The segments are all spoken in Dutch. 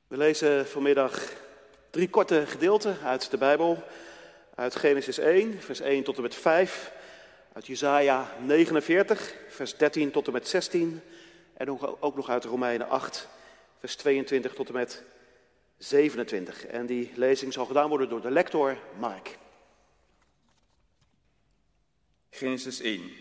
We lezen vanmiddag 3 korte gedeelten uit de Bijbel. Uit Genesis 1, vers 1 tot en met 5. Uit Jesaja 49, vers 13 tot en met 16. En ook nog uit Romeinen 8, vers 22 tot en met 27. En die lezing zal gedaan worden door de lector Mark. Genesis 1.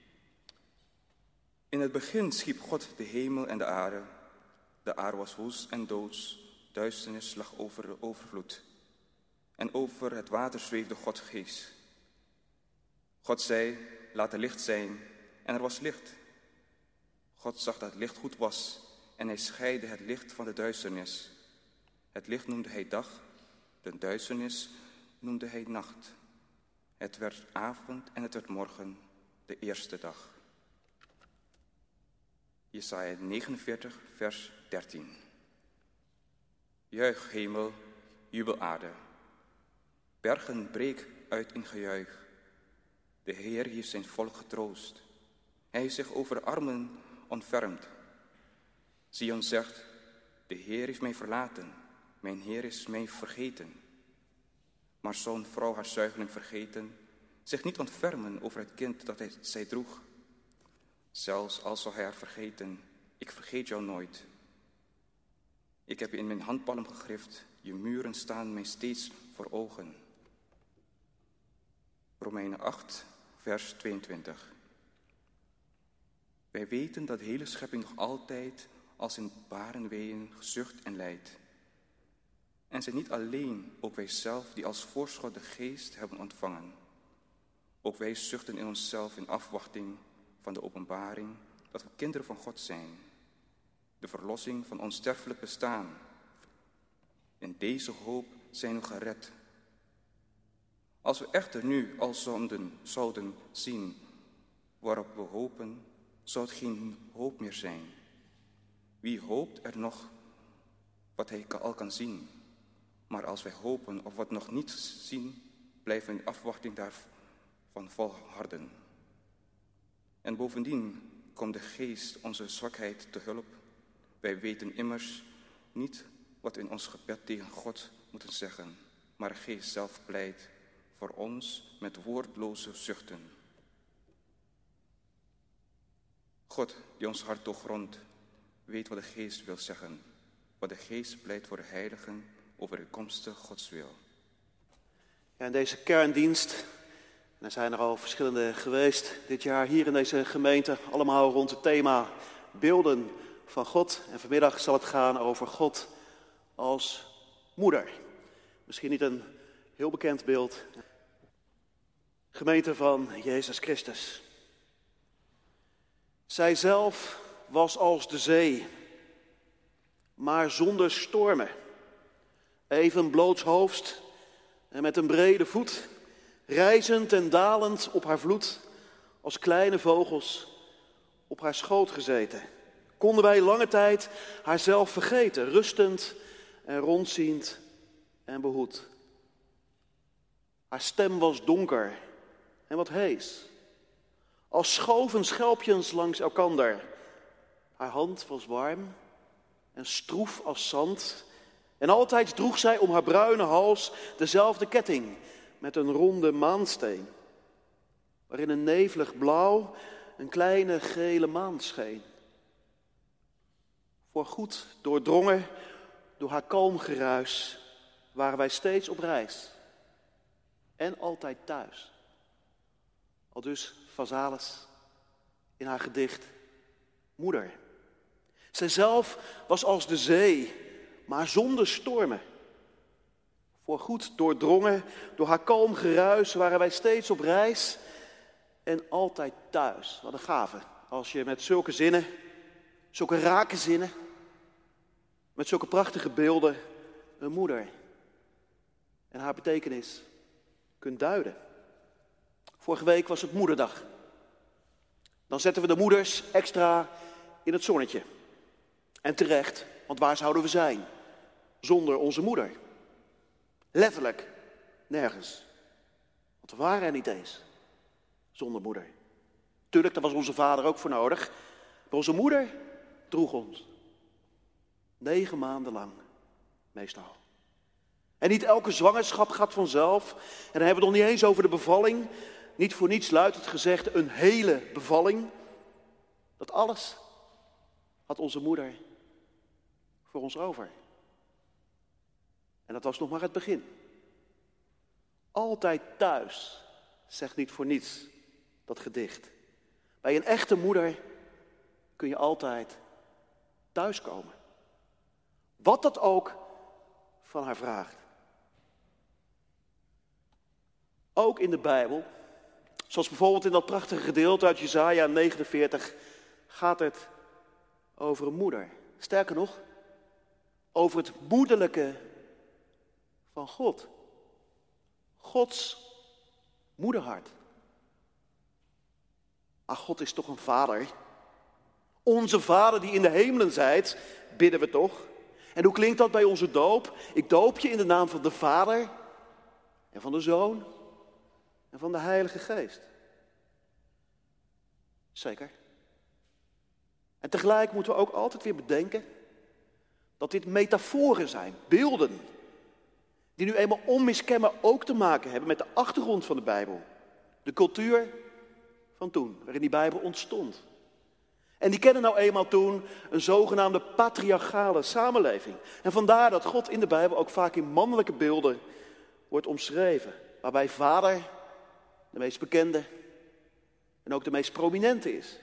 In het begin schiep God de hemel en de aarde. De aarde was woest en doods, duisternis lag over de overvloed. En over het water zweefde Gods geest. God zei, laat er licht zijn, en er was licht. God zag dat het licht goed was, en hij scheidde het licht van de duisternis. Het licht noemde hij dag, de duisternis noemde hij nacht. Het werd avond en het werd morgen, de eerste dag. Jesaja 49, vers 13. Juich hemel, jubel aarde. Bergen breek uit in gejuich. De Heer heeft zijn volk getroost. Hij heeft zich over de armen ontfermd. Sion zegt, de Heer heeft mij verlaten. Mijn Heer is mij vergeten. Maar zo'n vrouw haar zuigeling vergeten, zich niet ontfermen over het kind dat zij droeg. Zelfs al zou hij haar vergeten, ik vergeet jou nooit. Ik heb je in mijn handpalm gegrift, je muren staan mij steeds voor ogen. Romeinen 8, vers 22. Wij weten dat de hele schepping nog altijd als in barenweeën gezucht en lijdt. En zijn niet alleen, ook wij zelf, die als voorschot de geest hebben ontvangen. Ook wij zuchten in onszelf in afwachting van de openbaring dat we kinderen van God zijn. De verlossing van onsterfelijk bestaan. In deze hoop zijn we gered. Als we echter nu al zouden zien waarop we hopen, zou het geen hoop meer zijn. Wie hoopt er nog wat hij al kan zien? Maar als wij hopen op wat nog niet zien, blijven we in afwachting daarvan volharden. En bovendien komt de geest onze zwakheid te hulp. Wij weten immers niet wat we in ons gebed tegen God moeten zeggen, maar de geest zelf pleit voor ons met woordloze zuchten. God, die ons hart doorgrondt, weet wat de geest wil zeggen. Wat de geest pleit voor de heiligen over de komstige Gods wil. Ja, in deze kerndienst, en er zijn er al verschillende geweest dit jaar hier in deze gemeente, allemaal rond het thema beelden van God. En vanmiddag zal het gaan over God als moeder. Misschien niet een heel bekend beeld. Gemeente van Jezus Christus. Zij zelf was als de zee, maar zonder stormen. Even blootshoofds en met een brede voet, rijzend en dalend op haar vloed, als kleine vogels op haar schoot gezeten. Konden wij lange tijd haarzelf vergeten, rustend en rondziend en behoed. Haar stem was donker en wat hees, als schoven schelpjes langs elkander. Haar hand was warm en stroef als zand. En altijd droeg zij om haar bruine hals dezelfde ketting met een ronde maansteen, waarin een nevelig blauw een kleine gele maan scheen. Voorgoed doordrongen door haar kalm geruis waren wij steeds op reis en altijd thuis. Aldus Vazalis in haar gedicht Moeder. Zijzelf was als de zee, maar zonder stormen. Voorgoed doordrongen door haar kalm geruis waren wij steeds op reis en altijd thuis. Wat een gave als je met zulke zinnen, zulke rake zinnen, met zulke prachtige beelden een moeder en haar betekenis kunt duiden. Vorige week was het Moederdag. Dan zetten we de moeders extra in het zonnetje. En terecht, want waar zouden we zijn zonder onze moeder? Letterlijk nergens. Want we waren er niet eens zonder moeder. Tuurlijk, daar was onze vader ook voor nodig. Maar onze moeder droeg ons. 9 maanden lang meestal. En niet elke zwangerschap gaat vanzelf. En dan hebben we het nog niet eens over de bevalling. Niet voor niets luidt het gezegde een hele bevalling. Dat alles had onze moeder voor ons over. En dat was nog maar het begin. Altijd thuis, zegt niet voor niets dat gedicht. Bij een echte moeder kun je altijd thuiskomen. Wat dat ook van haar vraagt. Ook in de Bijbel, zoals bijvoorbeeld in dat prachtige gedeelte uit Jesaja 49, gaat het over een moeder. Sterker nog, over het moederlijke van God. Gods moederhart. Ach, God is toch een vader. Onze Vader die in de hemelen zijt, bidden we toch? En hoe klinkt dat bij onze doop? Ik doop je in de naam van de Vader en van de Zoon en van de Heilige Geest. Zeker. En tegelijk moeten we ook altijd weer bedenken dat dit metaforen zijn, beelden, die nu eenmaal onmiskenbaar ook te maken hebben met de achtergrond van de Bijbel. De cultuur van toen, waarin die Bijbel ontstond. En die kennen nou eenmaal toen een zogenaamde patriarchale samenleving. En vandaar dat God in de Bijbel ook vaak in mannelijke beelden wordt omschreven. Waarbij vader de meest bekende en ook de meest prominente is.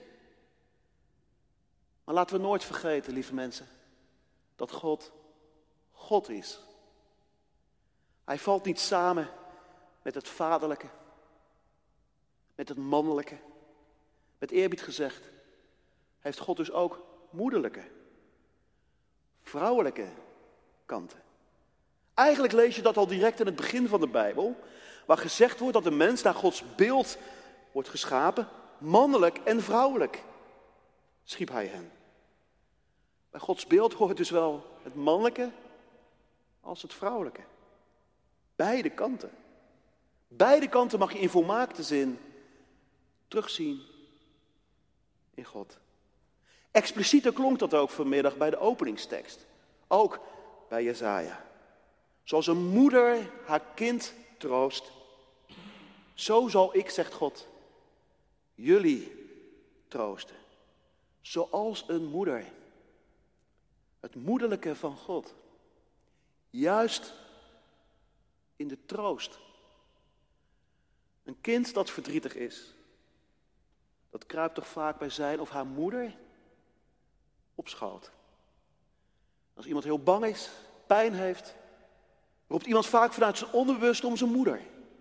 Maar laten we nooit vergeten, lieve mensen, dat God God is. Hij valt niet samen met het vaderlijke, met het mannelijke. Met eerbied gezegd, heeft God dus ook moederlijke, vrouwelijke kanten. Eigenlijk lees je dat al direct in het begin van de Bijbel, waar gezegd wordt dat de mens naar Gods beeld wordt geschapen, mannelijk en vrouwelijk, schiep hij hen. Bij Gods beeld hoort dus wel het mannelijke als het vrouwelijke. Beide kanten. Beide kanten mag je in volmaakte zin terugzien in God. Explicieter klonk dat ook vanmiddag bij de openingstekst. Ook bij Jesaja. Zoals een moeder haar kind troost, zo zal ik, zegt God, jullie troosten. Zoals een moeder. Het moederlijke van God. Juist in de troost. Een kind dat verdrietig is, dat kruipt toch vaak bij zijn of haar moeder op schoot. Als iemand heel bang is, pijn heeft, roept iemand vaak vanuit zijn onbewust om zijn moeder.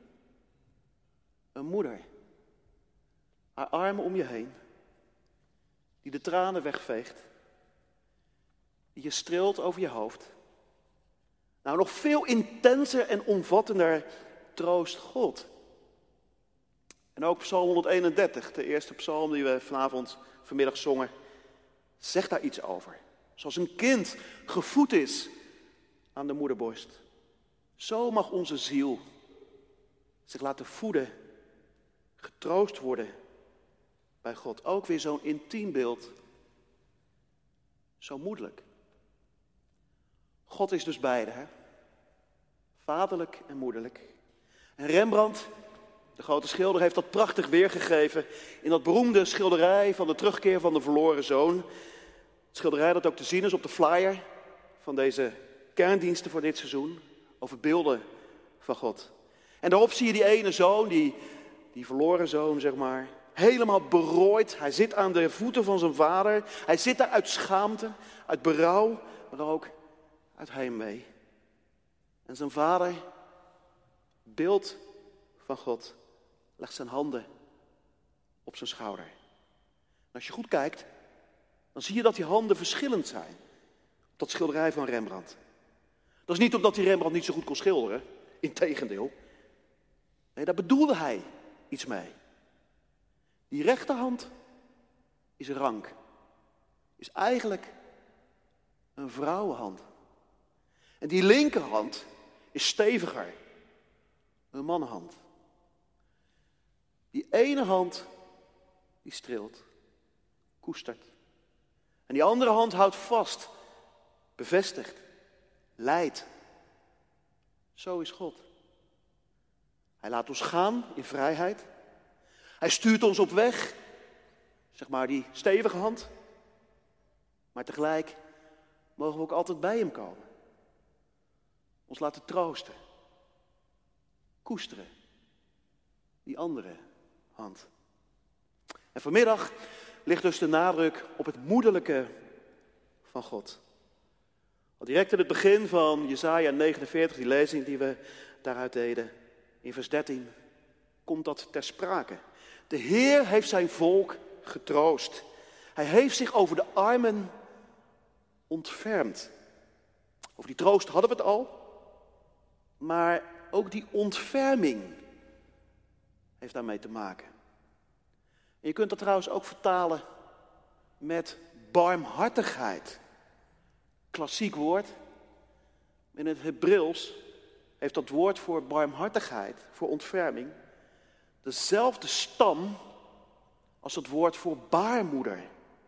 Een moeder. Haar armen om je heen, die de tranen wegveegt, die je streelt over je hoofd. Nou, nog veel intenser en omvattender troost God. En ook Psalm 131, de eerste psalm die we vanmiddag zongen, zegt daar iets over. Zoals een kind gevoed is aan de moederborst, zo mag onze ziel zich laten voeden, getroost worden bij God. Ook weer zo'n intiem beeld, zo moederlijk. God is dus beide, hè? Vaderlijk en moederlijk. En Rembrandt, de grote schilder, heeft dat prachtig weergegeven in dat beroemde schilderij van de terugkeer van de verloren zoon. Het schilderij dat ook te zien is op de flyer van deze kerndiensten voor dit seizoen, over beelden van God. En daarop zie je die ene zoon, die verloren zoon, zeg maar, helemaal berooid. Hij zit aan de voeten van zijn vader. Hij zit daar uit schaamte, uit berouw, maar ook uit heimwee. En zijn vader, beeld van God, legt zijn handen op zijn schouder. En als je goed kijkt, dan zie je dat die handen verschillend zijn. Op dat schilderij van Rembrandt. Dat is niet omdat die Rembrandt niet zo goed kon schilderen. Integendeel. Nee, daar bedoelde hij iets mee. Die rechterhand is rank. Is eigenlijk een vrouwenhand. En die linkerhand is steviger. Een mannenhand. Die ene hand, die streelt, koestert. En die andere hand houdt vast, bevestigt, leidt. Zo is God. Hij laat ons gaan in vrijheid. Hij stuurt ons op weg, zeg maar die stevige hand. Maar tegelijk mogen we ook altijd bij hem komen. Ons laten troosten. Koesteren. Die andere hand. En vanmiddag ligt dus de nadruk op het moederlijke van God. Al direct in het begin van Jesaja 49, die lezing die we daaruit deden, in vers 13, komt dat ter sprake. De Heer heeft zijn volk getroost. Hij heeft zich over de armen ontfermd. Over die troost hadden we het al. Maar ook die ontferming heeft daarmee te maken. En je kunt dat trouwens ook vertalen met barmhartigheid. Klassiek woord. In het Hebreeuws heeft dat woord voor barmhartigheid, voor ontferming, dezelfde stam als het woord voor baarmoeder.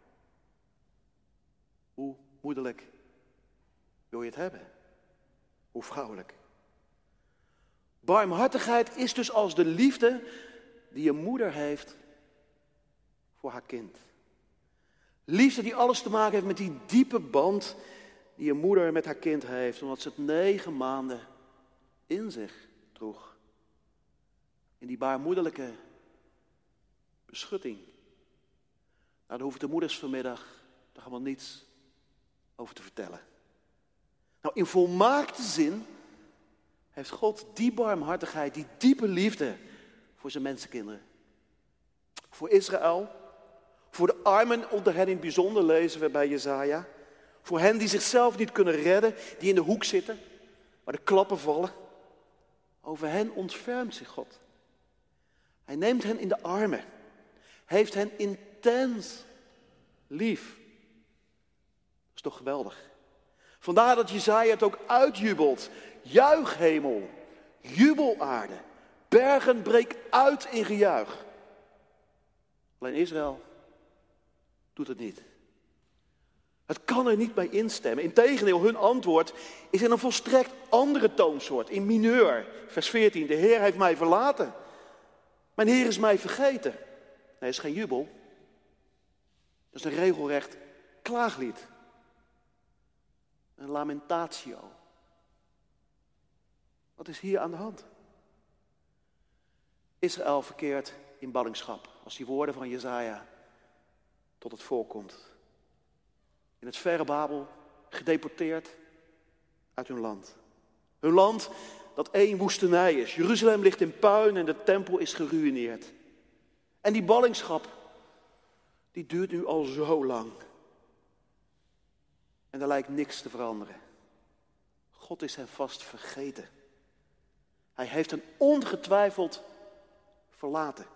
Hoe moederlijk wil je het hebben? Hoe vrouwelijk? Barmhartigheid is dus als de liefde die een moeder heeft voor haar kind. Liefde die alles te maken heeft met die diepe band die een moeder met haar kind heeft, omdat ze het 9 maanden in zich droeg. In die baarmoederlijke beschutting. Nou, daar hoeven de moeders vanmiddag toch helemaal niets over te vertellen. Nou, in volmaakte zin heeft God die barmhartigheid, die diepe liefde voor zijn mensenkinderen. Voor Israël, voor de armen onder hen in het bijzonder lezen we bij Jesaja. Voor hen die zichzelf niet kunnen redden, die in de hoek zitten, waar de klappen vallen. Over hen ontfermt zich God. Hij neemt hen in de armen, heeft hen intens lief. Dat is toch geweldig. Vandaar dat Jesaja het ook uitjubelt. Juich hemel, jubel aarde, bergen breek uit in gejuich. Alleen Israël doet het niet. Het kan er niet bij instemmen. Integendeel, hun antwoord is in een volstrekt andere toonsoort. In mineur, vers 14. De Heer heeft mij verlaten. Mijn Heer is mij vergeten. Nee, dat is geen jubel. Dat is een regelrecht klaaglied. Een lamentatio. Wat is hier aan de hand? Israël verkeert in ballingschap als die woorden van Jesaja tot het voorkomt. In het verre Babel, gedeporteerd uit hun land. Hun land dat één woestenij is. Jeruzalem ligt in puin en de tempel is geruïneerd. En die ballingschap, die duurt nu al zo lang. En er lijkt niks te veranderen. God is hen vast vergeten. Hij heeft hen ongetwijfeld verlaten.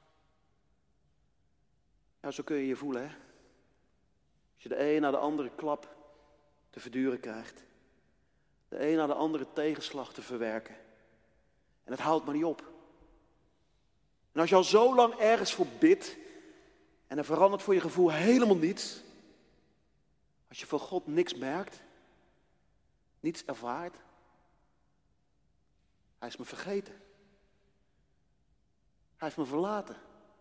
Nou, zo kun je je voelen, hè? Als je de een na de andere klap te verduren krijgt. De een na de andere tegenslag te verwerken. En het houdt maar niet op. En als je al zo lang ergens voor bidt en er verandert voor je gevoel helemaal niets. Als je van God niks merkt, niets ervaart. Hij is me vergeten. Hij heeft me verlaten.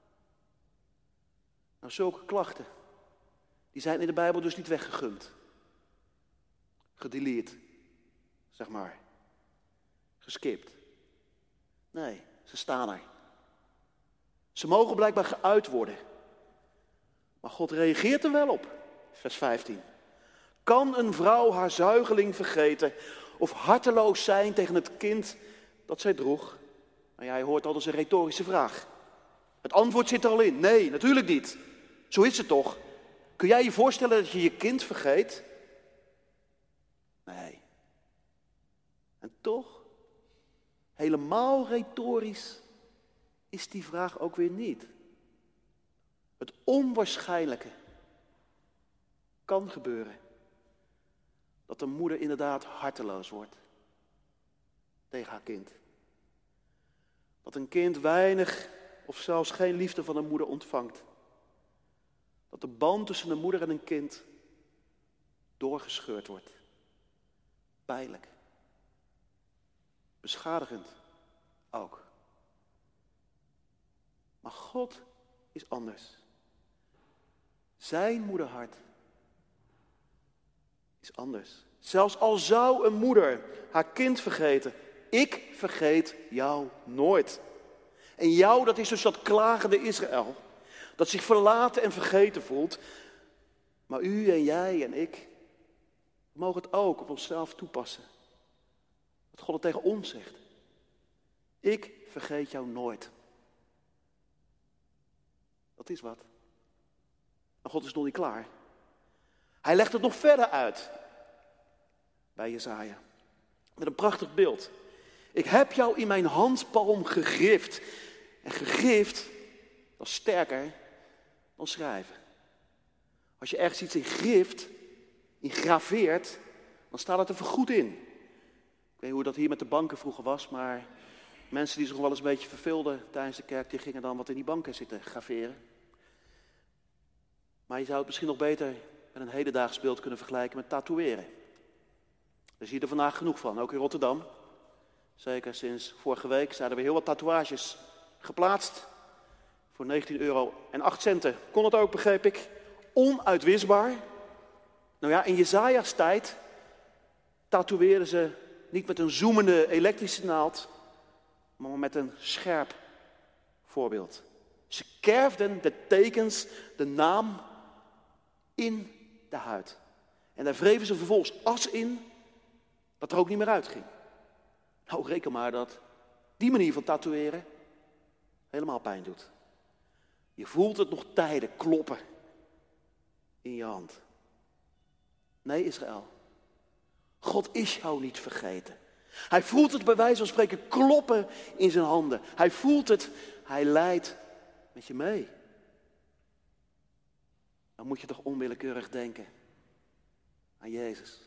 Nou, zulke klachten, die zijn in de Bijbel dus niet weggegumd. Gedelete, zeg maar. Geskipt. Nee, ze staan er. Ze mogen blijkbaar geuit worden. Maar God reageert er wel op. Vers 15. Kan een vrouw haar zuigeling vergeten of harteloos zijn tegen het kind dat zij droeg? Nou ja, je hoort al, dat is een retorische vraag. Het antwoord zit er al in. Nee, natuurlijk niet. Zo is het toch? Kun jij je voorstellen dat je je kind vergeet? Nee. En toch, helemaal retorisch is die vraag ook weer niet. Het onwaarschijnlijke kan gebeuren. Dat een moeder inderdaad harteloos wordt tegen haar kind. Dat een kind weinig of zelfs geen liefde van een moeder ontvangt. Dat de band tussen een moeder en een kind doorgescheurd wordt. pijnlijk. Beschadigend ook. Maar God is anders. Zijn moederhart is anders. Zelfs al zou een moeder haar kind vergeten, ik vergeet jou nooit. En jou, dat is dus dat klagende Israël, dat zich verlaten en vergeten voelt. Maar u en jij en ik, we mogen het ook op onszelf toepassen. Dat God het tegen ons zegt. Ik vergeet jou nooit. Dat is wat. Maar God is nog niet klaar. Hij legt het nog verder uit. Bij Jesaja. Met een prachtig beeld. Ik heb jou in mijn handpalm gegrift. En gegrift, dat is sterker dan schrijven. Als je ergens iets in grift, in graveert, dan staat het er voorgoed in. Ik weet niet hoe dat hier met de banken vroeger was, maar mensen die zich nog wel eens een beetje verveelden tijdens de kerk, die gingen dan wat in die banken zitten graveren. Maar je zou het misschien nog beter met een hedendaags beeld kunnen vergelijken met tatoeëren. Daar zie je er vandaag genoeg van, ook in Rotterdam. Zeker sinds vorige week zijn er weer heel wat tatoeages geplaatst. Voor 19,08 euro. Kon het ook, begreep ik. Onuitwisbaar. Nou ja, in Jesaja's tijd tatoeëerden ze niet met een zoemende elektrische naald, maar met een scherp voorbeeld. Ze kerfden de tekens, de naam, in de huid. En daar wreven ze vervolgens as in, dat er ook niet meer uitging. Nou, reken maar dat die manier van tatoeëren helemaal pijn doet. Je voelt het nog tijden kloppen in je hand. Nee, Israël. God is jou niet vergeten. Hij voelt het bij wijze van spreken kloppen in zijn handen. Hij voelt het, hij lijdt met je mee. Dan moet je toch onwillekeurig denken aan Jezus.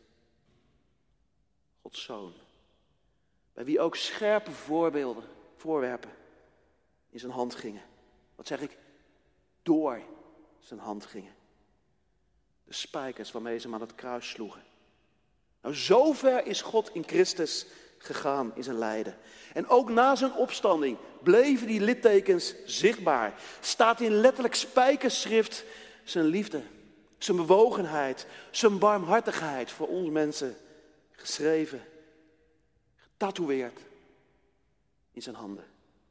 Gods Zoon. Bij wie ook scherpe voorwerpen in zijn hand gingen. Wat zeg ik? Door zijn hand gingen. De spijkers waarmee ze hem aan het kruis sloegen. Nou, zover is God in Christus gegaan in zijn lijden. En ook na zijn opstanding bleven die littekens zichtbaar. Staat in letterlijk spijkerschrift zijn liefde, zijn bewogenheid, zijn barmhartigheid voor ons mensen geschreven, getatoeëerd in zijn handen.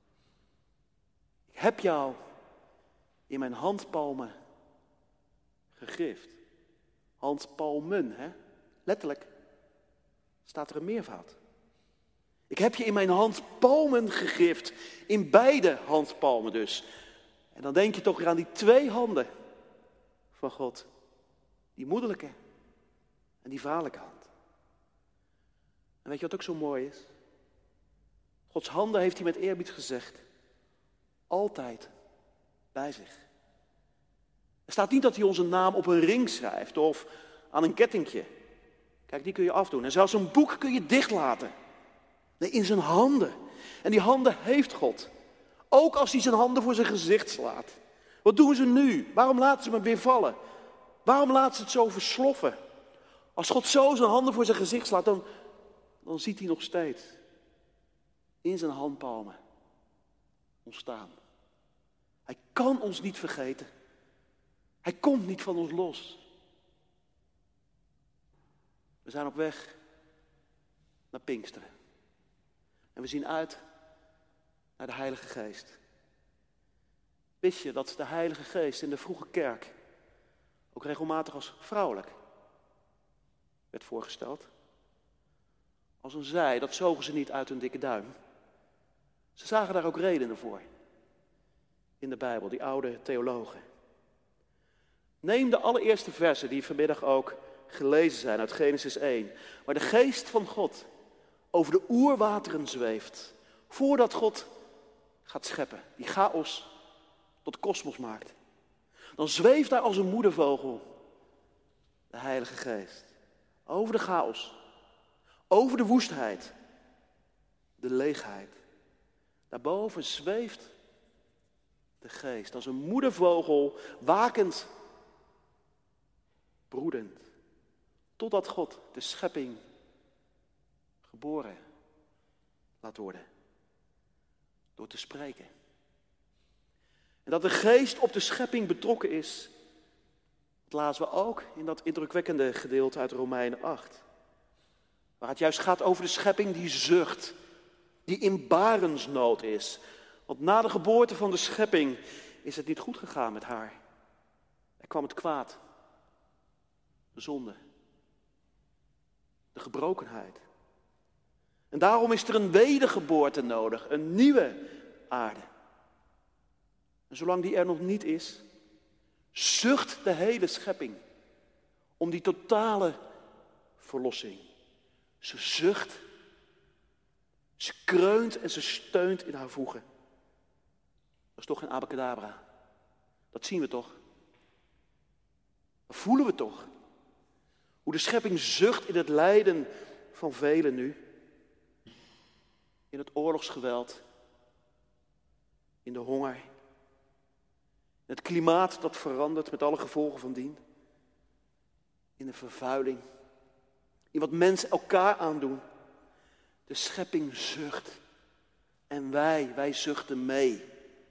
Ik heb jou in mijn handpalmen gegrift. Handpalmen, hè? Letterlijk staat er een meervoud. Ik heb je in mijn handpalmen gegrift. In beide handpalmen dus. En dan denk je toch weer aan die twee handen van God. Die moederlijke en die vaderlijke hand. En weet je wat ook zo mooi is? Gods handen, heeft hij met eerbied gezegd, altijd bij zich. Er staat niet dat hij onze naam op een ring schrijft of aan een kettingje. Kijk, die kun je afdoen. En zelfs een boek kun je dichtlaten. Nee, in zijn handen. En die handen heeft God. Ook als hij zijn handen voor zijn gezicht slaat. Wat doen ze nu? Waarom laten ze hem weer vallen? Waarom laten ze het zo versloffen? Als God zo zijn handen voor zijn gezicht slaat, dan ziet hij nog steeds in zijn handpalmen ontstaan. Hij kan ons niet vergeten. Hij komt niet van ons los. We zijn op weg naar Pinksteren. En we zien uit naar de Heilige Geest. Wist je dat de Heilige Geest in de vroege kerk ook regelmatig als vrouwelijk werd voorgesteld? Als een zij, dat zogen ze niet uit hun dikke duim. Ze zagen daar ook redenen voor. In de Bijbel, die oude theologen. Neem de allereerste versen die vanmiddag ook gelezen zijn uit Genesis 1. Waar de geest van God over de oerwateren zweeft. Voordat God gaat scheppen. Die chaos tot kosmos maakt. Dan zweeft daar als een moedervogel de Heilige Geest. Over de chaos. Over de woestheid. De leegheid. Daarboven zweeft de geest als een moedervogel, wakend, broedend. Totdat God de schepping geboren laat worden. Door te spreken. En dat de geest op de schepping betrokken is, dat lazen we ook in dat indrukwekkende gedeelte uit Romeinen 8. Waar het juist gaat over de schepping die zucht, die in barensnood is. Want na de geboorte van de schepping is het niet goed gegaan met haar. Er kwam het kwaad, de zonde, de gebrokenheid. En daarom is er een wedergeboorte nodig, een nieuwe aarde. En zolang die er nog niet is, zucht de hele schepping om die totale verlossing. Ze zucht, ze kreunt en ze steunt in haar voegen. Dat is toch geen abacadabra. Dat zien we toch? Dat voelen we toch? Hoe de schepping zucht in het lijden van velen nu. In het oorlogsgeweld. In de honger. In het klimaat dat verandert met alle gevolgen van dien. In de vervuiling. In wat mensen elkaar aandoen. De schepping zucht. En wij zuchten mee.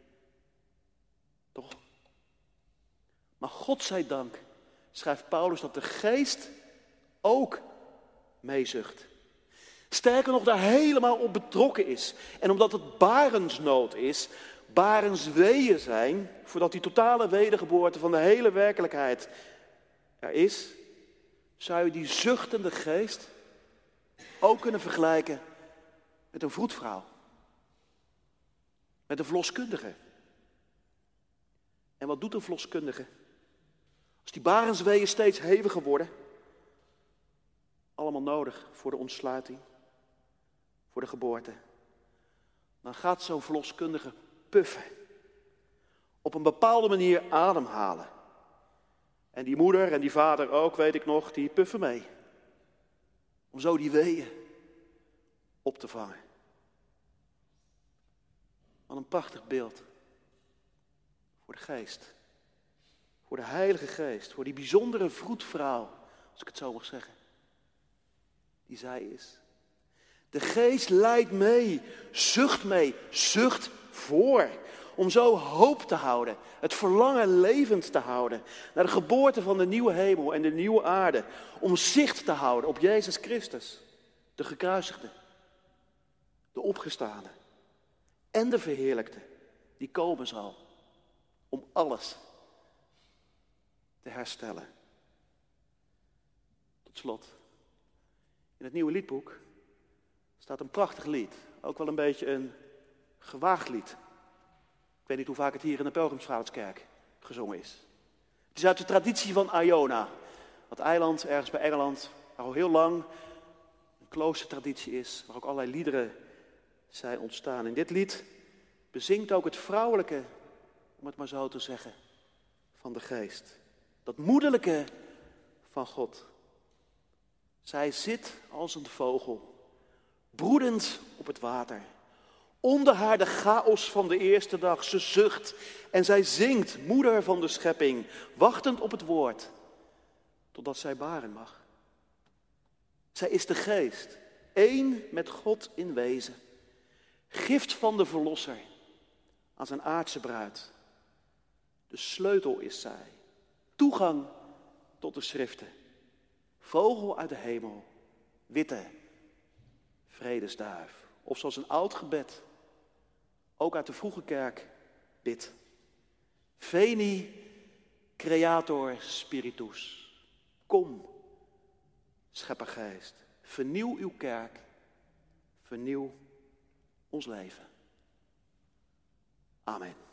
Toch? Maar God zij dank, schrijft Paulus, dat de geest ook meezucht. Sterker nog, daar helemaal op betrokken is. En omdat het barensnood is, barensweeën zijn, voordat die totale wedergeboorte van de hele werkelijkheid er is, zou je die zuchtende geest ook kunnen vergelijken met een vroedvrouw. Met een verloskundige. En wat doet een verloskundige? Als die barensweeën steeds heviger worden, allemaal nodig voor de ontsluiting, voor de geboorte, dan gaat zo'n verloskundige puffen. Op een bepaalde manier ademhalen. En die moeder en die vader ook, weet ik nog, die puffen mee. Om zo die weeën op te vangen. Wat een prachtig beeld. Voor de geest. Voor de Heilige Geest. Voor die bijzondere vroedvrouw, als ik het zo mag zeggen. Die zij is. De geest leidt mee, zucht voor. Om zo hoop te houden, het verlangen levend te houden. Naar de geboorte van de nieuwe hemel en de nieuwe aarde. Om zicht te houden op Jezus Christus. De gekruisigde. De opgestane. En de verheerlijkte. Die komen zal. Om alles te herstellen. Tot slot. In het nieuwe liedboek staat een prachtig lied. Ook wel een beetje een gewaagd lied. Ik weet niet hoe vaak het hier in de Pelgrimsvaartskerk gezongen is. Het is uit de traditie van Iona. Dat eiland ergens bij Engeland, waar al heel lang een kloostertraditie is. Waar ook allerlei liederen zijn ontstaan. In dit lied bezingt ook het vrouwelijke, om het maar zo te zeggen, van de geest. Dat moederlijke van God. Zij zit als een vogel, broedend op het water. Onder haar de chaos van de eerste dag. Ze zucht en zij zingt, moeder van de schepping, wachtend op het woord, totdat zij baren mag. Zij is de geest, één met God in wezen. Gift van de Verlosser aan zijn aardse bruid. De sleutel is zij, toegang tot de schriften. Vogel uit de hemel, witte vredesduif. Of zoals een oud gebed, ook uit de vroege kerk, bidt. Veni creator spiritus. Kom, scheppergeest, vernieuw uw kerk, vernieuw ons leven. Amen.